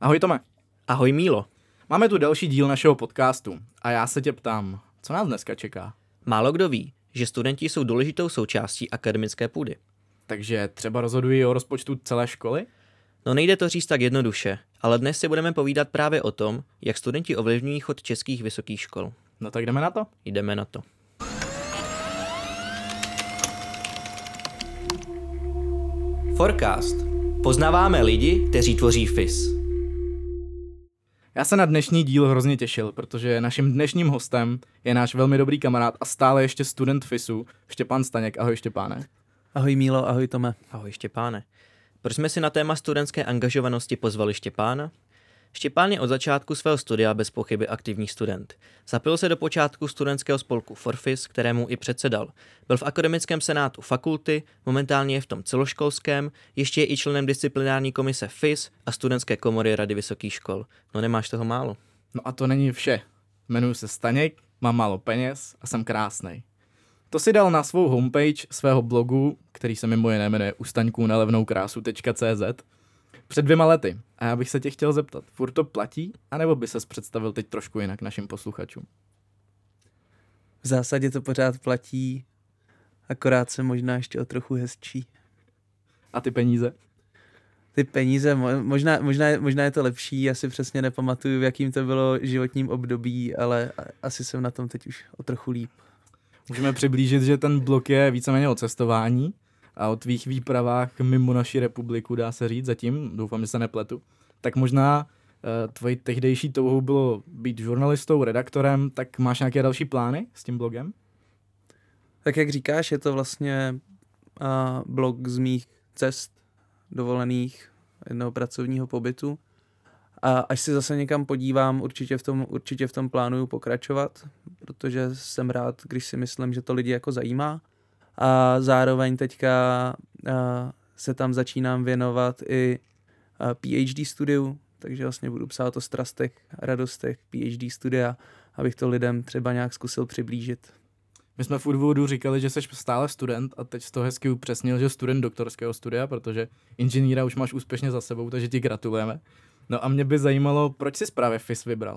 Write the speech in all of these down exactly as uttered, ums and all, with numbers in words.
Ahoj Tome. Ahoj Mílo. Máme tu další díl našeho podcastu a já se tě ptám, co nás dneska čeká? Málo kdo ví, že studenti jsou důležitou součástí akademické půdy. Takže třeba rozhodují o rozpočtu celé školy? No nejde to říct tak jednoduše, ale dnes si budeme povídat právě o tom, jak studenti ovlivňují chod českých vysokých škol. No tak jdeme na to? Jdeme na to. Forecast. Poznáváme lidi, kteří tvoří F I S. Já se na dnešní díl hrozně těšil, protože naším dnešním hostem je náš velmi dobrý kamarád a stále ještě student FISu, Štěpán Staněk. Ahoj Štěpáne. Ahoj Mílo, ahoj Tome. Ahoj Štěpáne. Proč jsme si na téma studentské angažovanosti pozvali Štěpána? Štěpán je od začátku svého studia bez pochyby aktivní student. Zapil se do počátku studentského spolku Forfis, kterému i předsedal. Byl v akademickém senátu fakulty, momentálně je v tom celoškolském, ještě je i členem disciplinární komise F I S a studentské komory Rady vysokých škol. No nemáš toho málo. No a to není vše. Jmenuji se Staněk, mám málo peněz a jsem krásnej. To si dal na svou homepage svého blogu, který se mimo jiné jmenuje ustaňků na levnou krásu tečka cé zet, před dvěma lety. A já bych se tě chtěl zeptat, furt to platí, anebo by ses představil teď trošku jinak našim posluchačům? V zásadě to pořád platí, akorát se možná ještě o trochu hezčí. A ty peníze? Ty peníze, možná, možná, možná je to lepší, já si přesně nepamatuju, v jakým to bylo životním období, ale asi jsem na tom teď už o trochu líp. Můžeme přiblížit, že ten blog je víceméně o cestování a o tvých výpravách mimo naši republiku, dá se říct zatím, doufám, že se nepletu. Tak možná uh, tvojí tehdejší touhou bylo být žurnalistou, redaktorem, tak máš nějaké další plány s tím blogem? Tak jak říkáš, je to vlastně uh, blog z mých cest dovolených, jednoho pracovního pobytu. A až se zase někam podívám, určitě v tom, určitě v tom plánuju pokračovat, protože jsem rád, když si myslím, že to lidi jako zajímá. A zároveň teďka uh, se tam začínám věnovat i uh, PhD studiu, takže vlastně budu psát o strastech a radostech PhD studia, abych to lidem třeba nějak zkusil přiblížit. My jsme v úvodu říkali, že jsi stále student a teď z toho hezky upřesnil, že student doktorského studia, protože inženýra už máš úspěšně za sebou, takže ti gratulujeme. No a mě by zajímalo, proč jsi právě F I S vybral?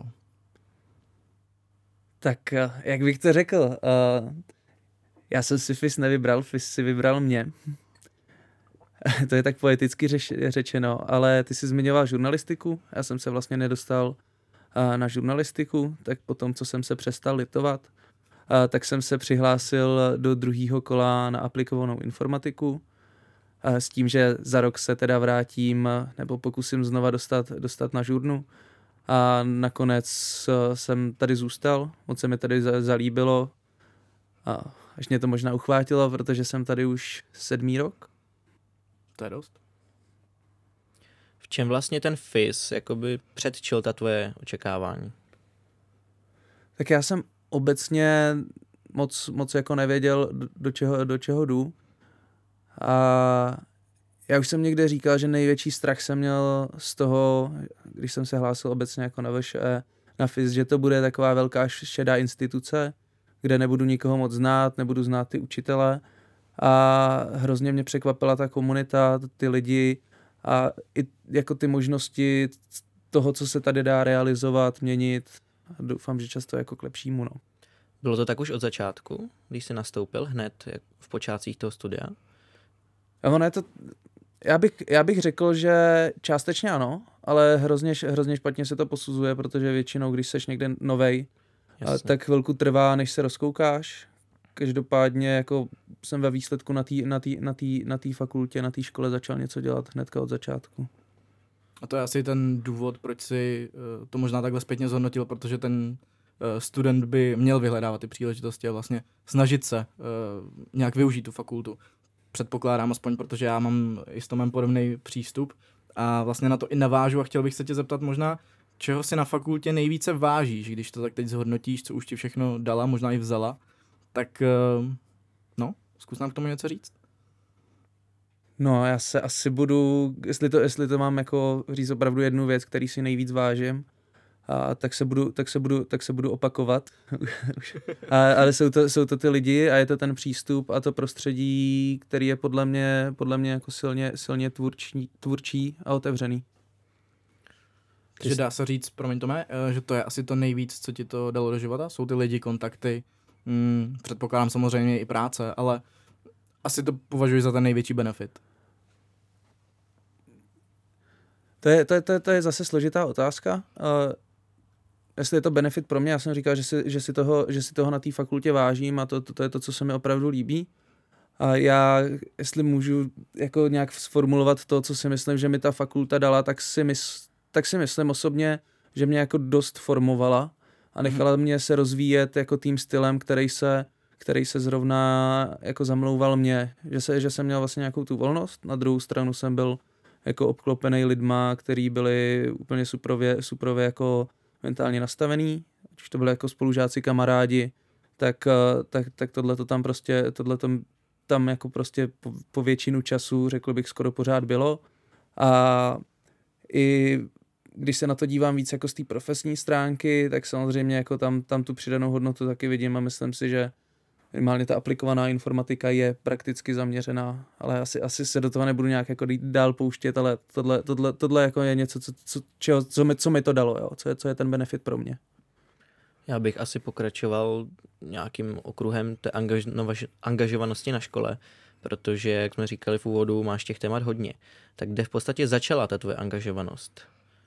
Tak uh, jak bych to řekl, uh, já jsem si F I S nevybral, F I S si vybral mě. To je tak poeticky řeč, řečeno, ale ty jsi zmiňoval žurnalistiku, já jsem se vlastně nedostal uh, na žurnalistiku, tak potom, co jsem se přestal litovat, uh, tak jsem se přihlásil do druhého kola na aplikovanou informatiku, uh, s tím, že za rok se teda vrátím, nebo pokusím znova dostat, dostat na žurnu. A nakonec uh, jsem tady zůstal, moc se mi tady za, zalíbilo a až mě to možná uchvátilo, protože jsem tady už sedmý rok. To je dost. V čem vlastně ten F I S jakoby předčil ta tvoje očekávání? Tak já jsem obecně moc, moc jako nevěděl, do čeho, do čeho jdu. A já už jsem někde říkal, že největší strach jsem měl z toho, když jsem se hlásil obecně jako na V Š E, na F I S, že to bude taková velká šedá instituce, kde nebudu nikoho moc znát, nebudu znát ty učitele. A hrozně mě překvapila ta komunita, ty lidi a i jako ty možnosti toho, co se tady dá realizovat, měnit. A doufám, že často jako k lepšímu. No. Bylo to tak už od začátku, když jsi nastoupil hned v počátcích toho studia? A ono je to, já bych, já bych řekl, že částečně ano, ale hrozně, hrozně špatně se to posuzuje, protože většinou, když seš někde novej, a tak chvilku trvá, než se rozkoukáš. Každopádně jako jsem ve výsledku na té na té, na té, na té fakultě, na té škole začal něco dělat hnedka od začátku. A to je asi ten důvod, proč si to možná takhle zpětně zhodnotil, protože ten student by měl vyhledávat ty příležitosti a vlastně snažit se nějak využít tu fakultu. Předpokládám aspoň, protože já mám i s Tomem podobný přístup a vlastně na to i navážu a chtěl bych se tě zeptat možná, čeho si na fakultě nejvíce vážíš, když to tak teď zhodnotíš, co už ti všechno dala, možná i vzala, tak no, zkus nám k tomu něco říct. No, já se asi budu, jestli to, jestli to mám jako říct opravdu jednu věc, který si nejvíc vážím, a tak se budu, tak se budu, tak se budu opakovat. a, ale jsou to, jsou to ty lidi a je to ten přístup a to prostředí, který je podle mě, podle mě jako silně, silně tvůrčí, tvůrčí a otevřený. Takže dá se říct, promiň Tome, že to je asi to nejvíc, co ti to dalo do života? Jsou ty lidi, kontakty, hmm, předpokládám samozřejmě i práce, ale asi to považuji za ten největší benefit. To je, to je, to je, to je zase složitá otázka. Uh, jestli je to benefit pro mě, já jsem říkal, že si, že si, toho, že si toho na té fakultě vážím a to, to, to je to, co se mi opravdu líbí. A já, jestli můžu jako nějak sformulovat to, co si myslím, že mi ta fakulta dala, tak si, mys, tak si myslím osobně, že mě jako dost formovala a nechala hmm. mě se rozvíjet jako tím stylem, který se, který se zrovna jako zamlouval mě. Že, se, že jsem měl vlastně nějakou tu volnost, na druhou stranu jsem byl jako obklopený lidma, kteří byli úplně suprově, suprově jako mentálně nastavený, když to byly jako spolužáci, kamarádi, tak, tak, tak tohle to tam prostě, tohle to tam jako prostě po, po většinu času, řekl bych, skoro pořád bylo. A i když se na to dívám víc jako z té profesní stránky, tak samozřejmě jako tam, tam tu přidanou hodnotu taky vidím a myslím si, že minimálně ta aplikovaná informatika je prakticky zaměřená, ale asi, asi se do toho nebudu nějak jako dál pouštět, ale tohle, tohle, tohle jako je něco, co, co, čeho, co, mi, co mi to dalo, jo? Co, je, co je ten benefit pro mě. Já bych asi pokračoval nějakým okruhem té angaž- angažovanosti na škole, protože, jak jsme říkali v úvodu, máš těch témat hodně. Tak kde v podstatě začala ta tvoje angažovanost?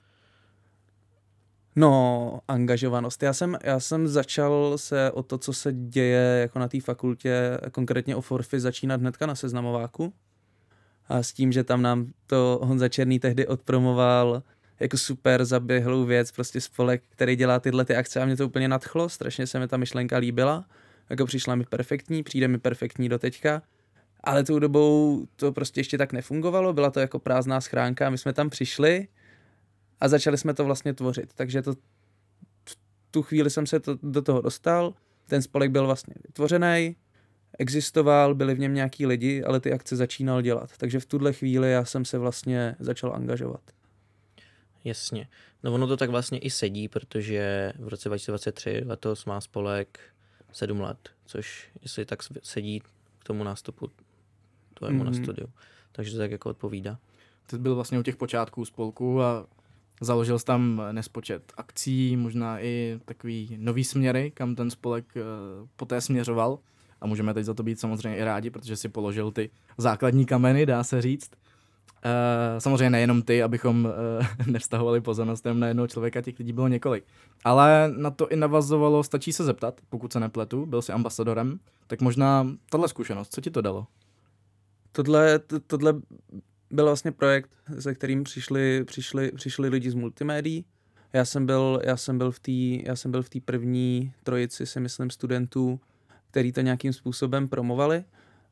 No, angažovanost. Já jsem, já jsem začal se o to, co se děje jako na té fakultě, konkrétně o Forfy, začínat hnedka na seznamováku. A s tím, že tam nám to Honza Černý tehdy odpromoval jako super zaběhlou věc, prostě spolek, který dělá tyhle ty akce a mě to úplně nadchlo, strašně se mi ta myšlenka líbila, jako přišla mi perfektní, přijde mi perfektní do teďka, ale tou dobou to prostě ještě tak nefungovalo, byla to jako prázdná schránka, my jsme tam přišli a začali jsme to vlastně tvořit, takže to, v tu chvíli jsem se to, do toho dostal, ten spolek byl vlastně vytvořený, existoval, byli v něm nějaký lidi, ale ty akce začínal dělat, takže v tuhle chvíli já jsem se vlastně začal angažovat. Jasně. No ono to tak vlastně i sedí, protože v roce dva tisíce dvacet tři letos má spolek sedm let, což jestli tak sedí k tomu nástupu tvojemu mm-hmm. na studiu. Takže to tak jako odpovídá. Ty byl vlastně u těch počátků spolku a založil jsi tam nespočet akcí, možná i takový nový směry, kam ten spolek uh, poté směřoval. A můžeme teď za to být samozřejmě i rádi, protože si položil ty základní kameny, dá se říct. Uh, samozřejmě nejenom ty, abychom uh, nevztahovali pozornost na jednoho člověka, těch lidí bylo několik. Ale na to i navazovalo, stačí se zeptat, pokud se nepletu, byl jsi ambasadorem, tak možná tahle zkušenost, co ti to dalo? Tohle, to, tohle byl vlastně projekt, se kterým přišli, přišli, přišli lidi z multimédií. Já jsem byl, já jsem byl v té, já jsem byl v té první trojici, si myslím, studentů, který to nějakým způsobem promovali.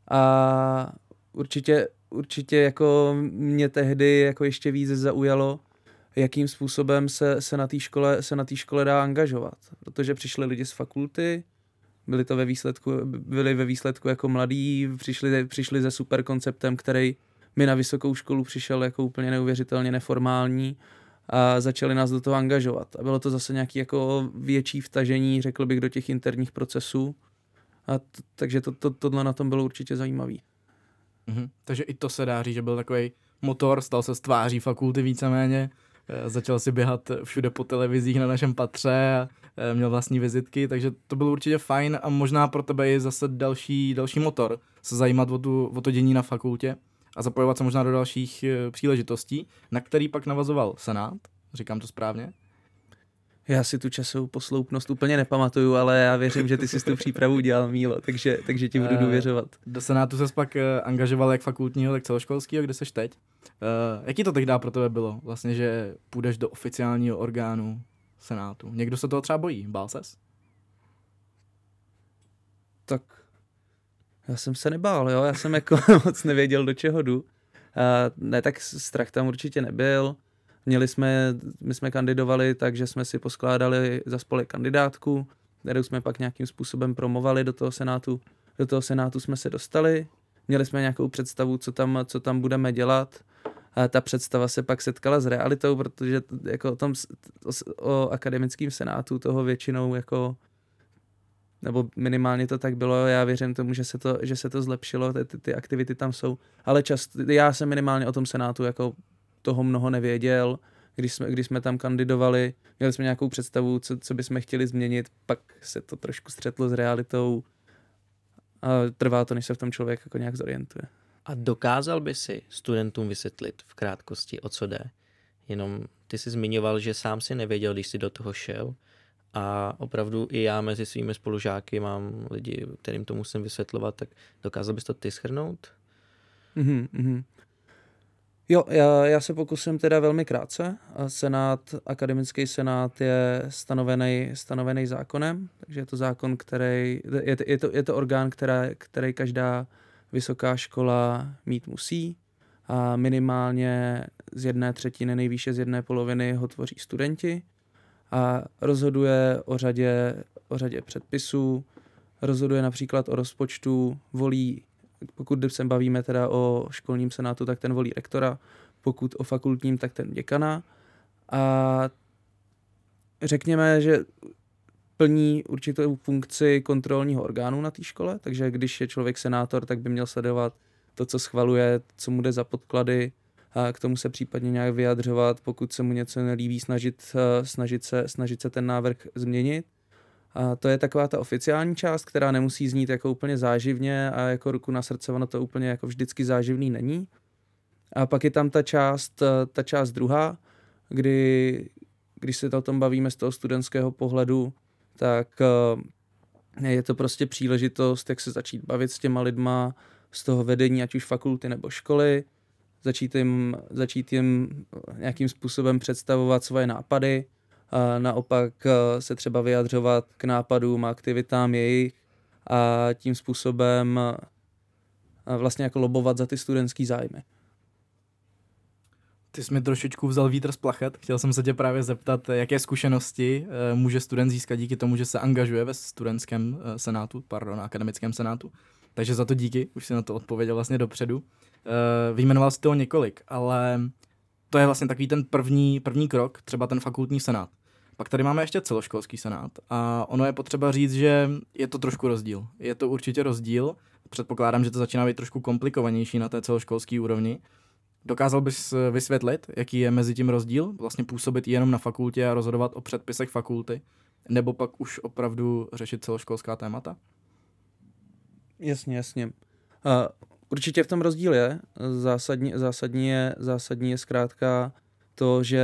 A určitě Určitě jako mě tehdy jako ještě víc zaujalo, jakým způsobem se, se na té škole, se na té škole dá angažovat. Protože přišli lidi z fakulty, byli to ve výsledku, byli ve výsledku jako mladí, přišli, přišli se super konceptem, který mi na vysokou školu přišel jako úplně neuvěřitelně neformální a začali nás do toho angažovat. A bylo to zase nějaký jako větší vtažení, řekl bych, do těch interních procesů. A t- takže to, to, tohle na tom bylo určitě zajímavý. Mhm. Takže i to se dá říct, že byl takový motor, stal se z tváří fakulty víceméně, e, začal si běhat všude po televizích na našem patře a e, měl vlastní vizitky, takže to bylo určitě fajn a možná pro tebe je zase další, další motor se zajímat o, tu, o to dění na fakultě a zapojovat se možná do dalších e, příležitostí, na který pak navazoval Senát, říkám to správně? Já si tu časovou posloupnost úplně nepamatuju, ale já věřím, že ty jsi tu přípravu udělal, Mílo, takže, takže ti budu důvěřovat. Do Senátu ses pak angažoval jak fakultního, tak celoškolského, kde seš teď. Jaký to tehdy pro tebe bylo, vlastně, že půjdeš do oficiálního orgánu Senátu? Někdo se toho třeba bojí, bál ses? Tak já jsem se nebál, jo, já jsem jako moc nevěděl, do čeho jdu. A ne, tak strach tam určitě nebyl. Měli jsme, my jsme kandidovali, takže jsme si poskládali za spolek kandidátku, kterou jsme pak nějakým způsobem promovali do toho senátu. Do toho senátu jsme se dostali, měli jsme nějakou představu, co tam, co tam budeme dělat. A ta představa se pak setkala s realitou, protože jako o tom o, o akademickém senátu toho většinou jako, nebo minimálně to tak bylo, já věřím tomu, že se to, že se to zlepšilo, ty, ty, ty aktivity tam jsou, ale často, já jsem minimálně o tom senátu jako toho mnoho nevěděl, když jsme, když jsme tam kandidovali, měli jsme nějakou představu, co, co bychom chtěli změnit, pak se to trošku střetlo s realitou a trvá to, než se v tom člověk jako nějak zorientuje. A dokázal by si studentům vysvětlit v krátkosti, o co jde? Jenom ty jsi zmiňoval, že sám si nevěděl, když jsi do toho šel, a opravdu i já mezi svými spolužáky mám lidi, kterým to musím vysvětlovat, tak dokázal bys to ty shrnout? Mhm, mhm. Jo, já, já se pokusím teda velmi krátce. Senát, akademický senát je stanovený, stanovený zákonem, takže je to zákon, který, je, je, to, je to orgán, která, který každá vysoká škola mít musí a minimálně z jedné třetiny, nejvýše z jedné poloviny ho tvoří studenti a rozhoduje o řadě, o řadě předpisů, rozhoduje například o rozpočtu, volí, pokud se bavíme teda o školním senátu, tak ten volí rektora, pokud o fakultním, tak ten děkana a řekněme, že plní určitou funkci kontrolního orgánu na té škole, takže když je člověk senátor, tak by měl sledovat to, co schvaluje, co mu jde za podklady, a k tomu se případně nějak vyjadřovat, pokud se mu něco nelíbí, snažit, snažit, se, snažit se ten návrh změnit. A to je taková ta oficiální část, která nemusí znít jako úplně záživně a jako ruku na srdce, ono to úplně jako vždycky záživný není. A pak je tam ta část, ta část druhá, kdy, když se o tom bavíme z toho studentského pohledu, tak je to prostě příležitost, jak se začít bavit s těma lidma z toho vedení, ať už fakulty nebo školy, začít jim, začít jim nějakým způsobem představovat svoje nápady, a naopak se třeba vyjadřovat k nápadům a aktivitám jejich a tím způsobem vlastně jako lobovat za ty studentský zájmy. Ty jsi mi trošičku vzal vítr z plachet. Chtěl jsem se tě právě zeptat, jaké zkušenosti může student získat díky tomu, že se angažuje ve studentském senátu, pardon, akademickém senátu. Takže za to díky, už si na to odpověděl vlastně dopředu. Vyjmenoval jsi toho několik, ale to je vlastně takový ten první, první krok, třeba ten fakultní senát. Pak tady máme ještě celoškolský senát a ono je potřeba říct, že je to trošku rozdíl. Je to určitě rozdíl. Předpokládám, že to začíná být trošku komplikovanější na té celoškolské úrovni. Dokázal bys vysvětlit, jaký je mezi tím rozdíl? Vlastně působit jenom na fakultě a rozhodovat o předpisech fakulty? Nebo pak už opravdu řešit celoškolská témata? Jasně, jasně. Uh, určitě v tom rozdíl je. Zásadní, zásadní je. zásadní je zkrátka to, že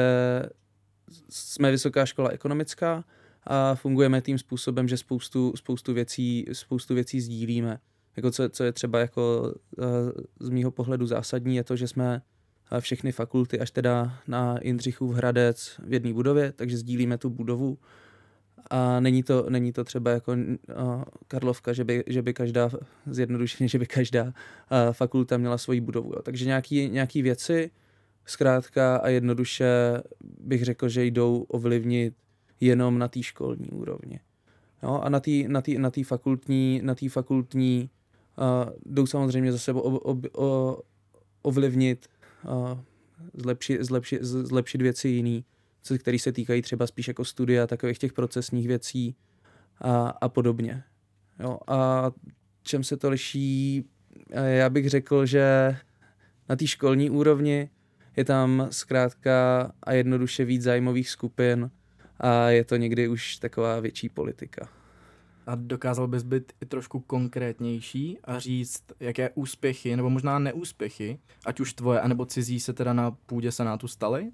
jsme vysoká škola ekonomická a fungujeme tím způsobem, že spoustu, spoustu, věcí, spoustu věcí sdílíme. Jako co, co je třeba jako z mýho pohledu zásadní, je to, že jsme všechny fakulty až teda na Jindřichův Hradec v jedné budově, takže sdílíme tu budovu. A není to, není to třeba jako uh, Karlovka, že by, že by každá, zjednodušeně, že by každá uh, fakulta měla svoji budovu. Jo. Takže nějaký, nějaký věci, zkrátka a jednoduše bych řekl, že jdou ovlivnit jenom na té školní úrovni. No, a na té na na fakultní, na té fakultní uh, jdou samozřejmě zase ob, ob, ob, ovlivnit, uh, zlepšit, zlepšit, zlepšit věci jiný, které se týkají třeba spíš jako studia, takových těch procesních věcí a, a podobně. Jo, a čem se to liší? Já bych řekl, že na té školní úrovni je tam zkrátka a jednoduše víc zájmových skupin a je to někdy už taková větší politika. A dokázal bys být i trošku konkrétnější a říct, jaké úspěchy, nebo možná neúspěchy, ať už tvoje, anebo cizí, se teda na půdě senátu staly?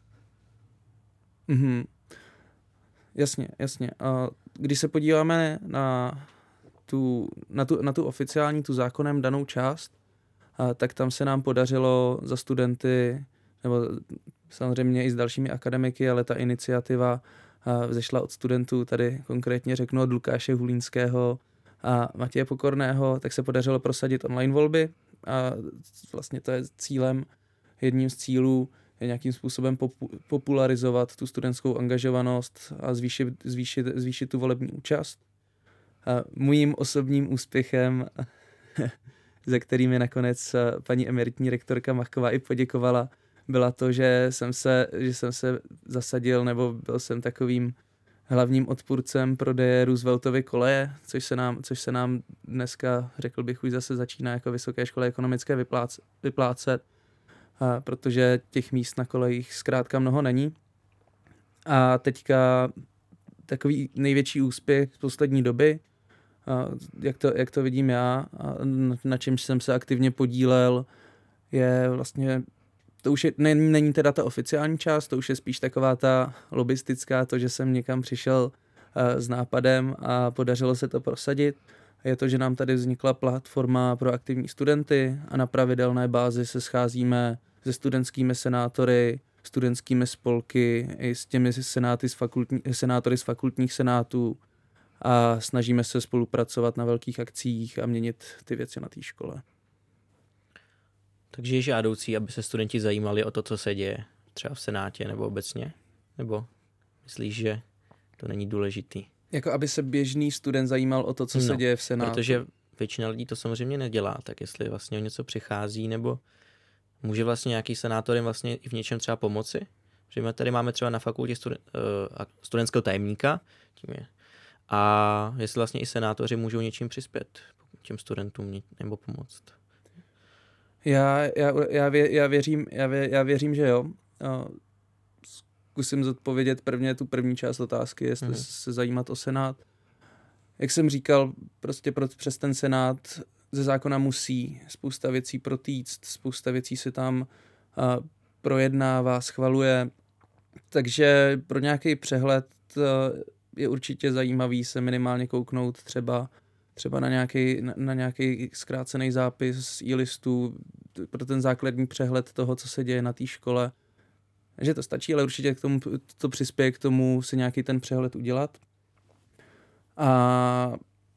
Mhm. Jasně, jasně. A když se podíváme na tu, na tu, na tu oficiální, tu zákonem danou část, a tak tam se nám podařilo za studenty, nebo samozřejmě i s dalšími akademiky, ale ta iniciativa vzešla od studentů, tady konkrétně řeknu od Lukáše Hulínského a Matěje Pokorného, tak se podařilo prosadit online volby a vlastně to je cílem, jedním z cílů je nějakým způsobem popu- popularizovat tu studentskou angažovanost a zvýšit, zvýšit, zvýšit tu volební účast. A mým osobním úspěchem, za kterým je nakonec paní emeritní rektorka Machková i poděkovala, byla to, že jsem se, že jsem se zasadil, nebo byl jsem takovým hlavním odpůrcem prodeje Rooseveltovy koleje, což se nám, což se nám dneska, řekl bych, už zase začíná jako vysoké škole ekonomické vyplácet. vyplácet. a protože těch míst na kolejích zkrátka mnoho není. A teďka takový největší úspěch z poslední doby, a jak, to, jak to vidím já, a na čemž jsem se aktivně podílel, je vlastně, to už je, ne, není teda ta oficiální část, to už je spíš taková ta lobistická, to, že jsem někam přišel uh, s nápadem a podařilo se to prosadit. Je to, že nám tady vznikla platforma pro aktivní studenty a na pravidelné bázi se scházíme se studentskými senátory, studentskými spolky i s těmi senáty z fakultní, senátory z fakultních senátů a snažíme se spolupracovat na velkých akcích a měnit ty věci na té škole. Takže je žádoucí, aby se studenti zajímali o to, co se děje třeba v senátě nebo obecně? Nebo myslíš, že to není důležitý? Jako aby se běžný student zajímal o to, co no, se děje v senátu. Protože většina lidí to samozřejmě nedělá, tak jestli vlastně o něco přichází, nebo může vlastně nějaký senátor jim vlastně i v něčem třeba pomoci? Že my tady máme třeba na fakultě studen, uh, studentského tajemníka, tím je. A jestli vlastně i senátoři můžou něčím přispět těm studentům nebo pomoct. Já, já, já, vě, já, věřím, já, vě, já věřím, že jo. Zkusím zodpovědět prvně tu první část otázky, jestli hmm. se zajímat o senát. Jak jsem říkal, prostě pro, přes ten senát ze zákona musí spousta věcí protýct, spousta věcí se tam uh, projednává, schvaluje. Takže pro nějaký přehled uh, je určitě zajímavý se minimálně kouknout třeba třeba na nějaký, na, na nějaký zkrácený zápis z e-listu pro ten základní přehled toho, co se děje na té škole. Že to stačí, ale určitě k tomu to přispěje k tomu si nějaký ten přehled udělat. A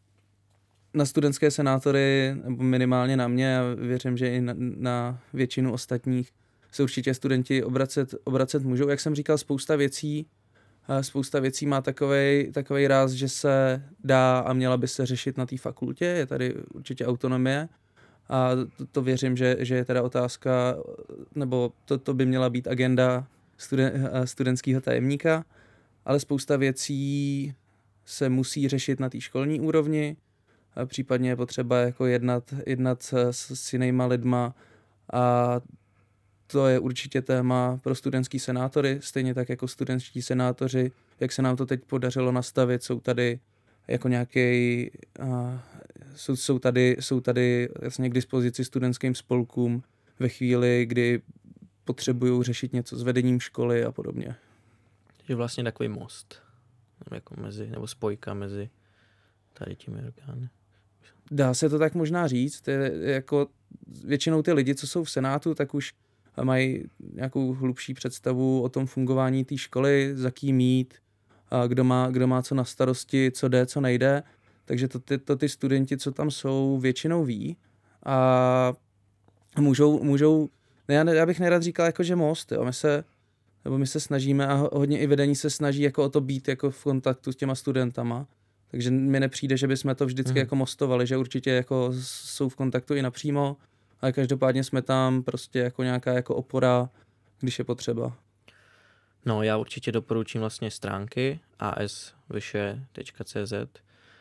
na studentské senátory, nebo minimálně na mě, a věřím, že i na, na většinu ostatních, se určitě studenti obracet, obracet můžou. Jak jsem říkal, spousta věcí Spousta věcí má takovej, takovej ráz, že se dá a měla by se řešit na té fakultě, je tady určitě autonomie a to, to věřím, že, že je teda otázka, nebo to, to by měla být agenda studen, studentského tajemníka, ale spousta věcí se musí řešit na té školní úrovni, a případně je potřeba jako jednat, jednat s, s jinýma lidma a to je určitě téma pro studentský senátory, stejně tak jako studentští senátoři, jak se nám to teď podařilo nastavit, jsou tady jako nějaký, uh, jsou, jsou tady, jsou tady jasně k dispozici studentským spolkům ve chvíli, kdy potřebují řešit něco s vedením školy a podobně. Je vlastně takový most, jako mezi, nebo spojka mezi tady těmi orgány. Dá se to tak možná říct, je, jako většinou ty lidi, co jsou v senátu, tak už mají nějakou hlubší představu o tom fungování té školy, za kým mít, a kdo má, kdo má co na starosti, co jde, co nejde. Takže to ty, to ty studenti, co tam jsou, většinou ví a můžou, můžou já, já bych nerad říkal jako, že most, jo. My se, nebo my se snažíme a hodně i vedení se snaží jako o to být jako v kontaktu s těma studentama. Takže mi nepřijde, že bychom to vždycky mm. jako mostovali, že určitě jako jsou v kontaktu i napřímo, ale každopádně jsme tam prostě jako nějaká jako opora, když je potřeba. No, já určitě doporučím vlastně stránky a s vyše tečka cé zet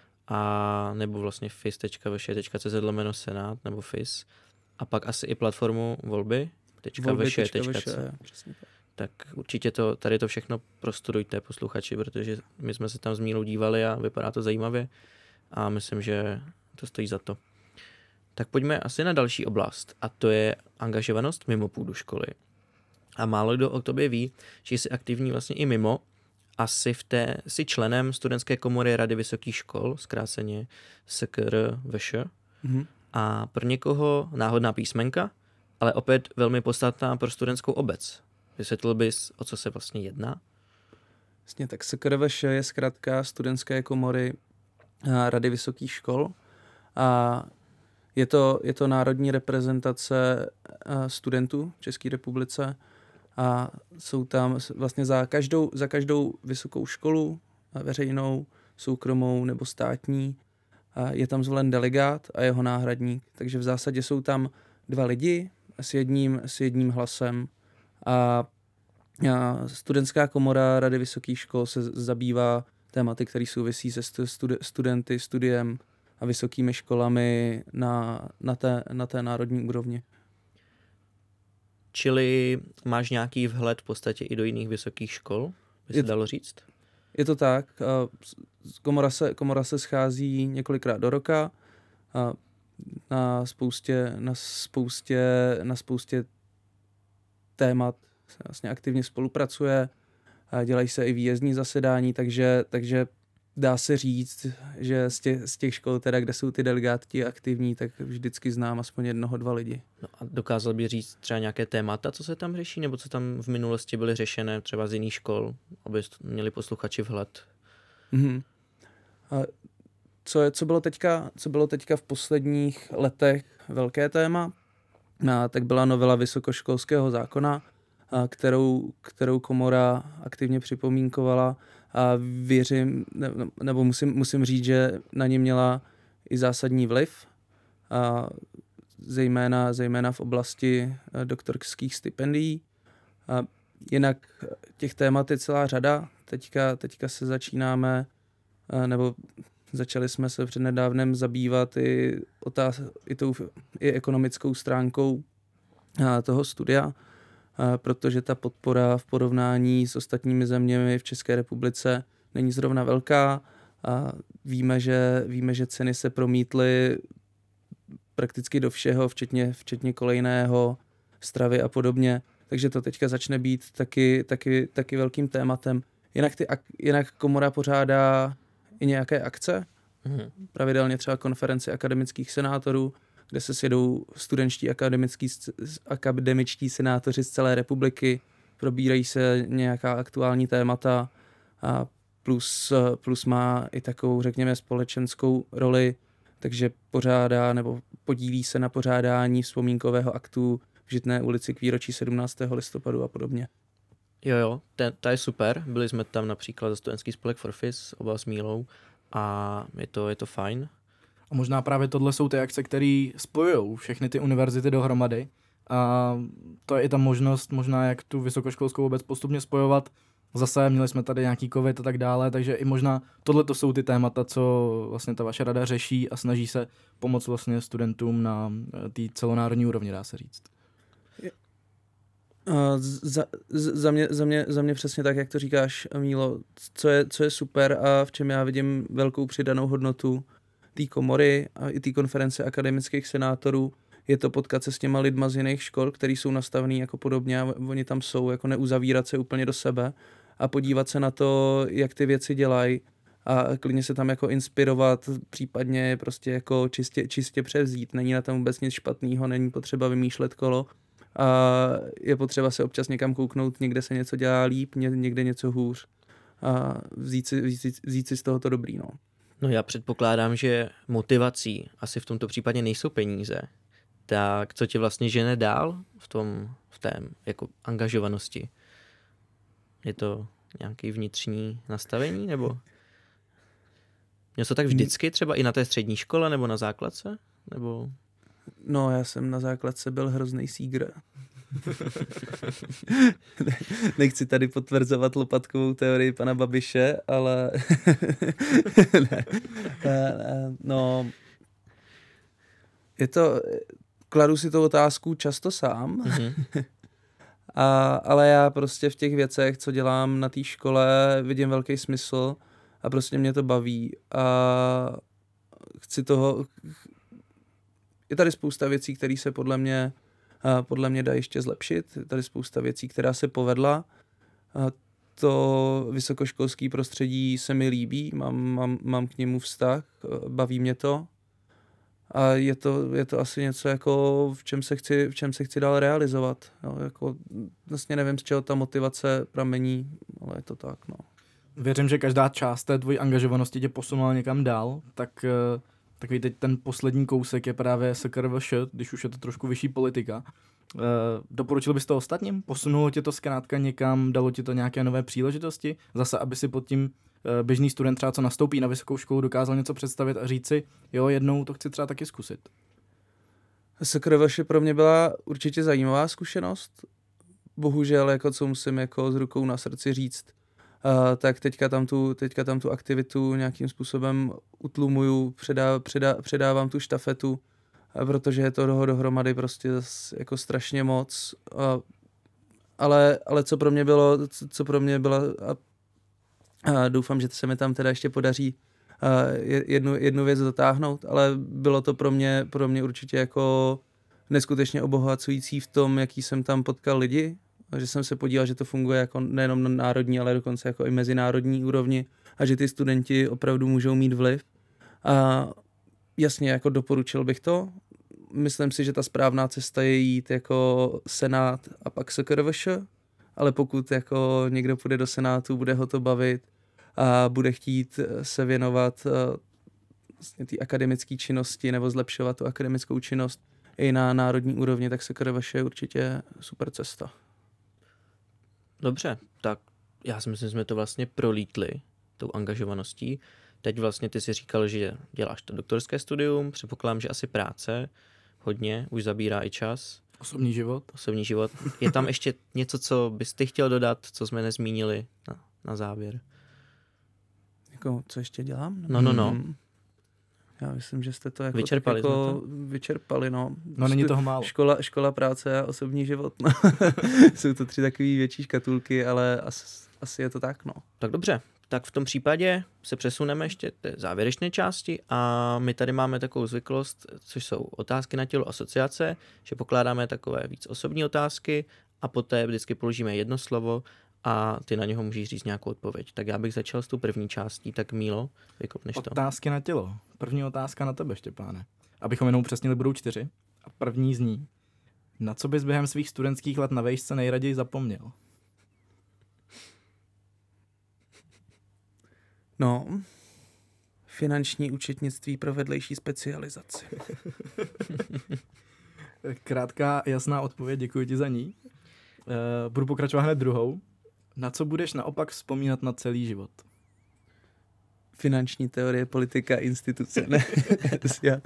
a nebo vlastně fis tečka vyše tečka cé zet lomeno senát nebo fis a pak asi i platformu volby tečka vyše tečka cé zet. Tak určitě to, tady to všechno prostudujte, posluchači, protože my jsme se tam s Mílou dívali a vypadá to zajímavě a myslím, že to stojí za to. Tak pojďme asi na další oblast a to je angažovanost mimo půdu školy. A málo kdo o tobě ví, že jsi aktivní vlastně i mimo a jsi, v té, jsi členem studentské komory Rady vysokých škol, zkráceně S K R V Š. Mm-hmm. A pro někoho náhodná písmenka, ale opět velmi podstatná pro studentskou obec. Vysvětlil bys, o co se vlastně jedná? Vlastně tak S K R V Š je zkrátka studentské komory Rady vysokých škol a je to, je to národní reprezentace studentů v České republice a jsou tam vlastně za každou, za každou vysokou školu, veřejnou, soukromou nebo státní, je tam zvolen delegát a jeho náhradník. Takže v zásadě jsou tam dva lidi s jedním, s jedním hlasem a studentská komora Rady vysokých škol se zabývá tématy, které souvisí se studi- studenty, studiem a vysokými školami na, na, té, na té národní úrovni. Čili máš nějaký vhled v podstatě i do jiných vysokých škol, by se dalo říct? Je to tak. Komora se, komora se schází několikrát do roka. Na spoustě, na spoustě, na spoustě témat se vlastně aktivně spolupracuje. Dělají se i výjezdní zasedání, takže, takže dá se říct, že z těch, z těch škol, teda, kde jsou ty delegáti aktivní, tak vždycky znám aspoň jednoho, dva lidi. No a dokázal by říct třeba nějaké témata, co se tam řeší, nebo co tam v minulosti byly řešené třeba z jiných škol, aby měli posluchači vhled? Mm-hmm. A co, je, co, bylo teďka, co bylo teďka v posledních letech velké téma, a tak byla novela vysokoškolského zákona, a kterou, kterou komora aktivně připomínkovala a věřím, ne, nebo musím, musím říct, že na ně měla i zásadní vliv, a zejména, zejména v oblasti doktorských stipendií. A jinak těch témat je celá řada. Teďka, teďka se začínáme, nebo začali jsme se přednedávnem zabývat i, otáz, i, tou, i ekonomickou stránkou toho studia, protože ta podpora v porovnání s ostatními zeměmi v České republice není zrovna velká. A víme, že, víme, že ceny se promítly prakticky do všeho, včetně, včetně kolejného, stravy a podobně. Takže to teďka začne být taky, taky, taky velkým tématem. Jinak, ty, jinak komora pořádá i nějaké akce, mm-hmm. pravidelně třeba konferenci akademických senátorů, kde se sjedou studentští akademický, akademičtí senátoři z celé republiky, probírají se nějaká aktuální témata a plus, plus má i takovou, řekněme, společenskou roli, takže pořádá nebo podílí se na pořádání vzpomínkového aktu v Žitné ulici k výročí sedmnáctého listopadu a podobně. Jo, jo, ten, ta je super. Byli jsme tam například za studentský spolek Forfis, oba s Mílou, a je to, je to fajn. A možná právě tohle jsou ty akce, které spojují všechny ty univerzity dohromady. A to je i ta možnost, možná jak tu vysokoškolskou obec postupně spojovat. Zase měli jsme tady nějaký covid a tak dále, takže i možná tohle to jsou ty témata, co vlastně ta vaše rada řeší a snaží se pomoct vlastně studentům na té celonárodní úrovni, dá se říct. Uh, za, za, mě, za, mě, za mě přesně tak, jak to říkáš, Mílo, co je, co je super a v čem já vidím velkou přidanou hodnotu té komory a i té konference akademických senátorů, je to potkat se s těma lidma z jiných škol, který jsou nastavený jako podobně a oni tam jsou, jako neuzavírat se úplně do sebe a podívat se na to, jak ty věci dělají a klidně se tam jako inspirovat, případně prostě jako čistě, čistě převzít. Není na tom vůbec nic špatného, není potřeba vymýšlet kolo a je potřeba se občas někam kouknout, někde se něco dělá líp, někde něco hůř a vzít si, vzít si, vzít si z tohoto dobrý, no. No já předpokládám, že motivací asi v tomto případě nejsou peníze. Tak co tě vlastně žene dál v tom, v té jako angažovanosti? Je to nějaký vnitřní nastavení, nebo? Měl to tak vždycky, třeba i na té střední škole, nebo na základce? Nebo... No, já jsem na základce byl hrozný sígr. Nechci tady potvrzovat lopatkovou teorii pana Babiše, ale... ne. No, je to... Kladu si tu otázku často sám, mm-hmm. a, ale já prostě v těch věcech, co dělám na té škole, vidím velký smysl a prostě mě to baví a chci toho... Je tady spousta věcí, které se podle mě, podle mě dá ještě zlepšit. Je tady spousta věcí, která se povedla. To vysokoškolské prostředí se mi líbí, mám, mám, mám k němu vztah, baví mě to. A je to, je to asi něco, jako v čem se chci, v čem se chci dál realizovat. Jo, jako, vlastně nevím, z čeho ta motivace pramení, ale je to tak. No. Věřím, že každá část té tvojí angažovanosti tě posunula někam dál, tak takový teď ten poslední kousek je právě S K R V Š, když už je to trošku vyšší politika. Uh, doporučil bys to ostatním? Posunulo tě to zkrátka někam, dalo ti to nějaké nové příležitosti? Zase, aby si pod tím uh, běžný student třeba, co nastoupí na vysokou školu, dokázal něco představit a říct si, jo, jednou to chci třeba taky zkusit. S K R V Š pro mě byla určitě zajímavá zkušenost. Bohužel, jako co musím jako s rukou na srdci říct, Uh, tak teďka tam, tu, teďka tam tu aktivitu nějakým způsobem utlumuju, předá, předá, předávám tu štafetu protože je to doho dohromady prostě jako strašně moc. A, ale, ale co pro mě bylo, co, co pro mě bylo, a, a doufám, že se mi tam teda ještě podaří a, jednu, jednu věc dotáhnout, ale bylo to pro mě, pro mě určitě jako neskutečně obohacující v tom, jaký jsem tam potkal lidi, a že jsem se podíval, že to funguje jako nejenom na národní, ale dokonce jako i mezinárodní úrovni a že ty studenti opravdu můžou mít vliv. A jasně, jako doporučil bych to. Myslím si, že ta správná cesta je jít jako senát a pak S K R V Š, ale pokud jako někdo půjde do senátu, bude ho to bavit a bude chtít se věnovat vlastně té akademické činnosti nebo zlepšovat tu akademickou činnost i na národní úrovni, tak S K R V Š je určitě super cesta. Dobře, tak já si myslím, že jsme to vlastně prolítli tou angažovaností. Teď vlastně ty si říkal, že děláš to doktorské studium, předpokládám, že asi práce, hodně, už zabírá i čas. Osobní život. Osobní život. Je tam ještě něco, co bys ty chtěl dodat, co jsme nezmínili na, na závěr? Jako, co ještě dělám? No, no, no. Hmm. Já myslím, že jste to jako, vyčerpali, jako to? vyčerpali, no. No, není toho málo. Škola, škola, práce a osobní život, no. Jsou to tři takové větší škatulky, ale asi, asi je to tak, no. Tak dobře. Tak v tom případě se přesuneme ještě té závěrečné části a my tady máme takovou zvyklost, což jsou otázky na tělo asociace, že pokládáme takové víc osobní otázky a poté vždycky položíme jedno slovo a ty na něho můžeš říct nějakou odpověď. Tak já bych začal s tou první částí, tak Mílo, vykopneš to. Otázky na tělo. První otázka na tebe, Štěpáne. Abychom jenom upřesnili, budou čtyři. A první zní, na co bys během svých studentských let na vejšce nejraději zapomněl? No, finanční účetnictví pro vedlejší specializaci. Krátká, jasná odpověď, děkuji ti za ní. Uh, budu pokračovat hned druhou. Na co budeš naopak vzpomínat na celý život? Finanční teorie, politika, instituce. Ne, já.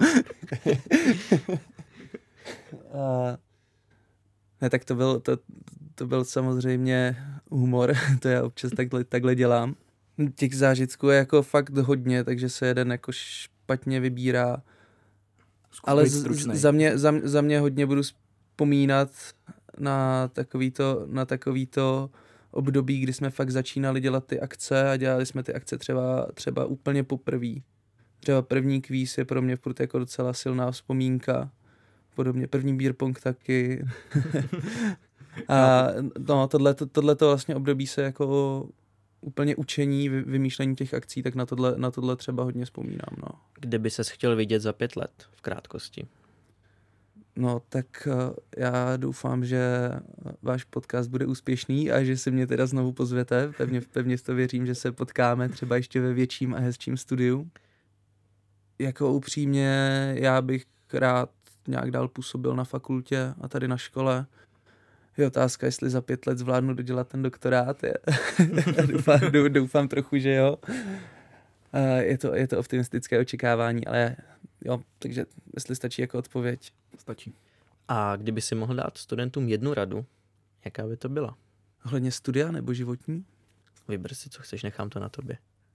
A, ne, tak to byl, to, to byl samozřejmě humor, to já občas takhle, takhle dělám. Těch zážitků je jako fakt hodně, takže se jeden jako špatně vybírá. Zkus ale z, za, mě, za, za mě hodně budu vzpomínat na takovýto, na takovýto období, kdy jsme fakt začínali dělat ty akce a dělali jsme ty akce třeba, třeba úplně poprvý. Třeba první kvíz je pro mě furt jako docela silná vzpomínka. Podobně první beer pong taky. A no, tohleto, tohleto vlastně období se jako úplně učení, vymýšlení těch akcí, tak na tohle, na tohle třeba hodně vzpomínám. No. Kde by ses chtěl vidět za pět let v krátkosti? No tak já doufám, že váš podcast bude úspěšný a že si mě teda znovu pozvete. Pevně, pevně to věřím, že se potkáme třeba ještě ve větším a hezčím studiu. Jako upřímně já bych rád nějak dál působil na fakultě a tady na škole. Je otázka, jestli za pět let zvládnu dodělat ten doktorát. doufám, doufám trochu, že jo. Je to, je to optimistické očekávání, ale jo, takže jestli stačí jako odpověď. Stačí. A kdyby si mohl dát studentům jednu radu, jaká by to byla? Ohledně studia nebo životní? Vyber si, co chceš, nechám to na tobě.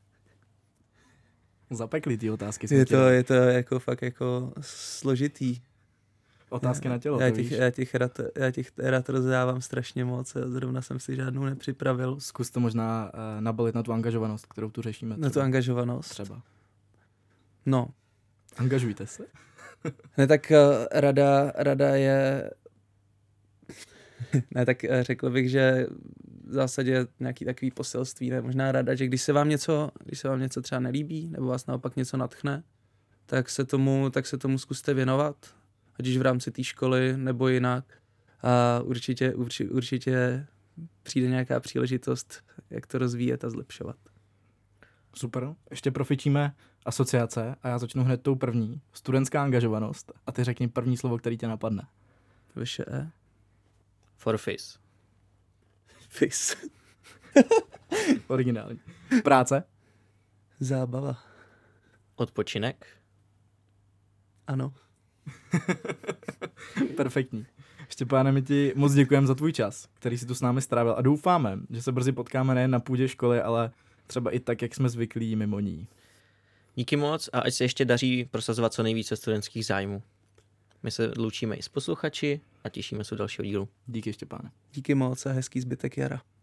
Zapekli ty otázky. Je to, je to jako fakt jako složitý. Otázky já, na tělo, já to těch, víš. Já těch, rad, já těch rad rozdávám strašně moc a zrovna jsem si žádnou nepřipravil. Zkus to možná uh, nabalit na tu angažovanost, kterou tu řešíme. Třeba. Na tu angažovanost? Třeba. No. Angažujte se. Ne, tak uh, rada, rada je... ne, tak uh, řekl bych, že v zásadě nějaký takový poselství, ne, možná rada, že když se vám něco, když se vám něco třeba nelíbí, nebo vás naopak něco natchne, tak se tomu, tak se tomu zkuste věnovat, ať už v rámci té školy, nebo jinak. A určitě, určitě, určitě přijde nějaká příležitost, jak to rozvíjet a zlepšovat. Super. Ještě profičíme asociace a já začnu hned tou první. Studentská angažovanost. A ty řekni první slovo, který tě napadne. Vyše E. For Fizz. Fizz. Originální. Práce. Zábava. Odpočinek. Ano. Perfektní. Štěpáne, my ti moc děkujeme za tvůj čas, který si tu s námi strávil a doufáme, že se brzy potkáme nejen na půdě školy, ale třeba i tak, jak jsme zvyklí mimo ní. Díky moc a ať se ještě daří prosazovat co nejvíce studentských zájmů. My se loučíme i s posluchači a těšíme se u dalšího dílu. Díky, Štěpáne. Díky moc a hezký zbytek jara.